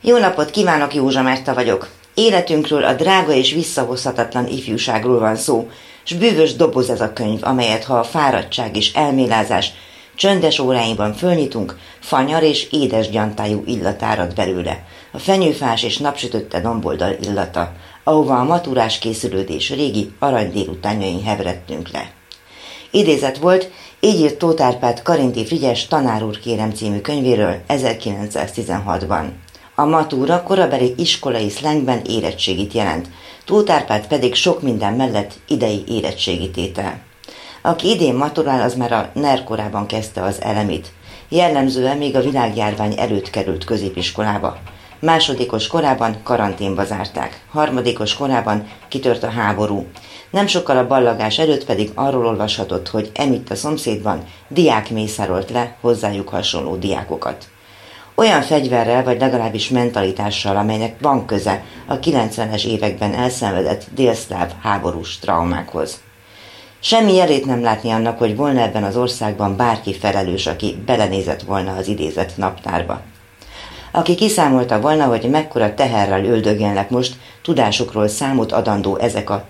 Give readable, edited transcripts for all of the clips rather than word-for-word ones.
Jó napot kívánok, Józsa Márta vagyok. Életünkről, a drága és visszahozhatatlan ifjúságról van szó, s bűvös doboz ez a könyv, amelyet ha a fáradtság és elmélázás csöndes óráinkban fölnyitunk, fanyar és édes gyantájú illat árad belőle, a fenyőfás és napsütötte domboldal illata, ahova a maturás készülődés régi arany délutánjain heveredtünk le. Idézet volt, így írt Tóth Árpád Karinthy Frigyes Tanár úr kérem című könyvéről 1916-ban. A matúra korabeli iskolai szlengben érettségit jelent, Tóth Árpád pedig sok minden mellett idei érettségítétel. Aki idén maturál, az már a NER korában kezdte az elemit. Jellemzően még a világjárvány előtt került középiskolába. Másodikos korában karanténba zárták, harmadikos korában kitört a háború. Nem sokkal a ballagás előtt pedig arról olvashatott, hogy emitt a szomszédban diák mészárolt le hozzájuk hasonló diákokat. Olyan fegyverrel vagy legalábbis mentalitással, amelynek van köze a 90-es években elszenvedett délszláv háborús traumákhoz. Semmi jelét nem látni annak, hogy volna ebben az országban bárki felelős, aki belenézett volna az idézett naptárba. Aki kiszámolta volna, hogy mekkora teherrel üldögélnek most, tudásukról számot adandó ezek a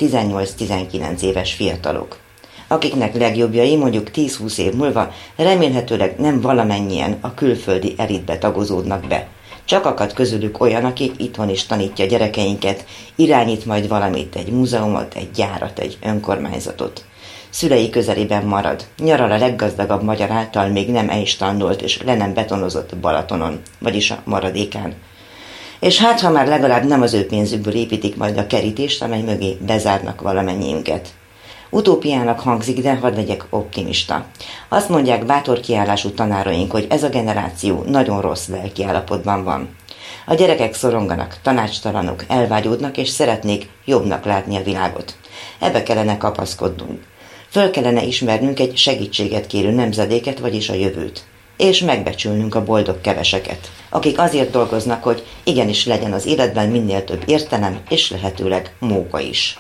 18-19 éves fiatalok. Akiknek legjobbjai mondjuk 10-20 év múlva remélhetőleg nem valamennyien a külföldi elitbe tagozódnak be. Csak akad közülük olyan, aki itthon is tanítja gyerekeinket, irányít majd valamit, egy múzeumot, egy gyárat, egy önkormányzatot. Szülei közelében marad, nyaral a leggazdagabb magyar által még nem einstandolt és le nem betonozott Balatonon, vagyis a maradékán. És hát, ha már legalább nem az ő pénzükből építik majd a kerítést, amely mögé bezárnak valamennyiünket. Utópiának hangzik, de hadd legyek optimista. Azt mondják bátor kiállású tanáraink, hogy ez a generáció nagyon rossz lelkiállapotban van. A gyerekek szoronganak, tanácstalanok, elvágyódnak és szeretnék jobbnak látni a világot. Ebbe kellene kapaszkodnunk. Föl kellene ismernünk egy segítséget kérő nemzedéket, vagyis a jövőt. És megbecsülnünk a boldog keveseket, akik azért dolgoznak, hogy igenis legyen az életben minél több értelem és lehetőleg móka is.